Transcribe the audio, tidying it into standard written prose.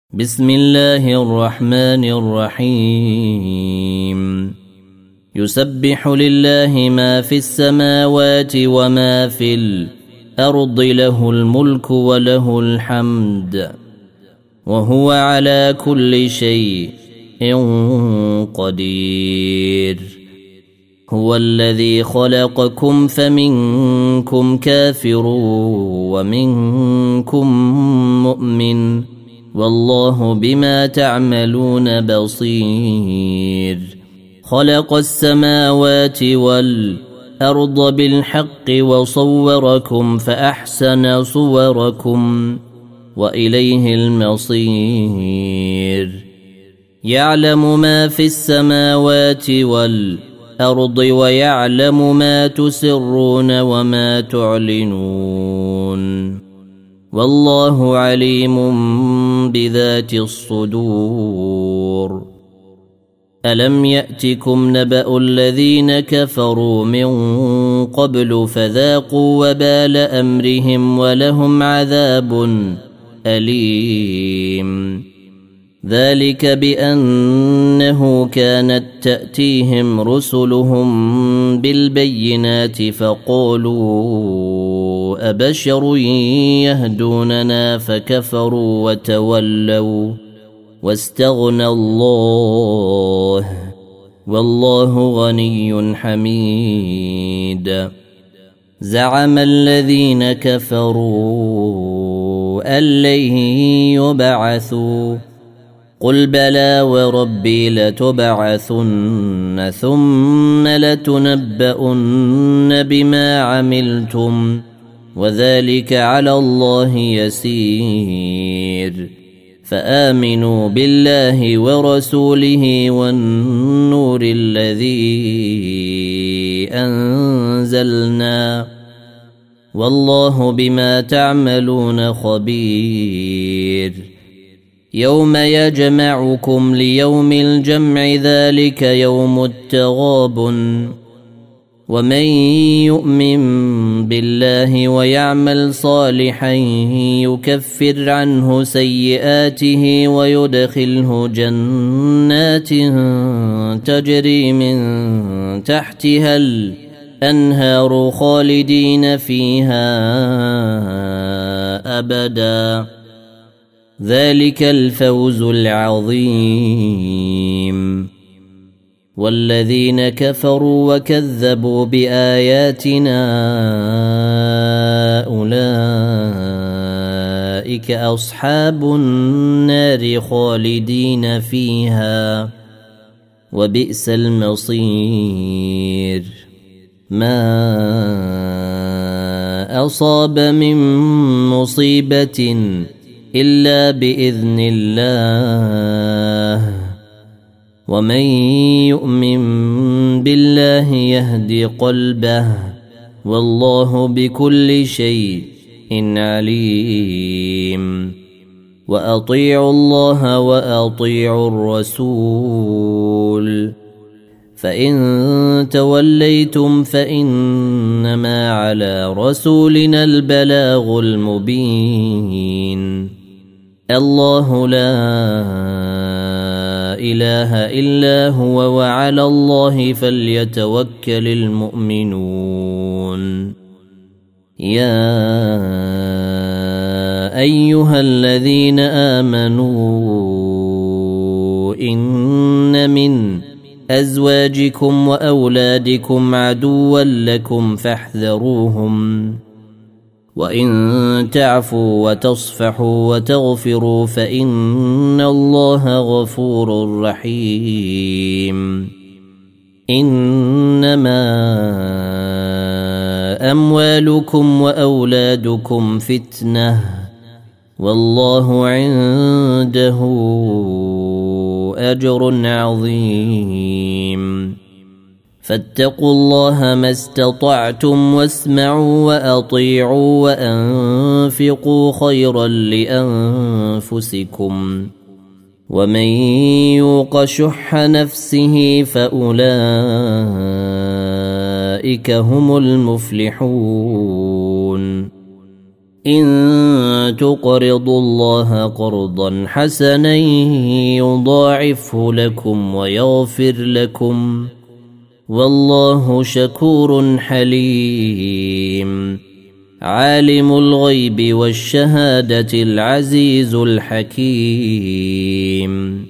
بسم الله الرحمن الرحيم. يسبح لله ما في السماوات وما في الأرض، له الملك وله الحمد وهو على كل شيء قدير. هو الذي خلقكم فمنكم كافر ومنكم مؤمن، والله بما تعملون بصير. خلق السماوات والأرض بالحق وصوركم فأحسن صوركم وإليه المصير. يعلم ما في السماوات والأرض ويعلم ما تسرون وما تعلنون، والله عليم بذات الصدور. ألم يأتكم نبأ الذين كفروا من قبل فذاقوا وبال أمرهم ولهم عذاب أليم. ذلك بأنه كانت تأتيهم رسلهم بالبينات فقالوا أبشر يهدوننا فكفروا وتولوا واستغنى الله، والله غني حميد. زعم الذين كفروا أن لن يبعثوا، قل بلى وربي لتبعثن ثم لتنبؤن بما عملتم وذلك على الله يسير. فآمنوا بالله ورسوله والنور الذي أنزلنا، والله بما تعملون خبير. يوم يجمعكم ليوم الجمع ذلك يوم التغابن، ومن يؤمن بالله ويعمل صالحا يكفر عنه سيئاته ويدخله جنات تجري من تحتها الأنهار خالدين فيها أبدا، ذلك الفوز العظيم. والذين كفروا وكذبوا بآياتنا أولئك أصحاب النار خالدين فيها وبئس المصير. ما أصاب من مصيبة إلا بإذن الله، ومن يؤمن بالله يهد قلبه، والله بكل شيء عليم. وأطيعوا الله وأطيعوا الرسول، فإن توليتم فإنما على رسولنا البلاغ المبين. الله لا إله إلا هو وعلى الله فليتوكل المؤمنون. يا أيها الذين آمنوا إن من أزواجكم وأولادكم عدوا لكم فاحذروهم، وإن تعفوا وتصفحوا وتغفروا فإن الله غفور رحيم. إنما أموالكم وأولادكم فتنة، والله عنده أجر عظيم. فاتقوا الله ما استطعتم واسمعوا وأطيعوا وأنفقوا خيرا لأنفسكم، ومن يوق شح نفسه فأولئك هم المفلحون. إن تقرضوا الله قرضا حسنا يضاعفه لكم ويغفر لكم والله شكور حليم عالم الغيب والشهادة العزيز الحكيم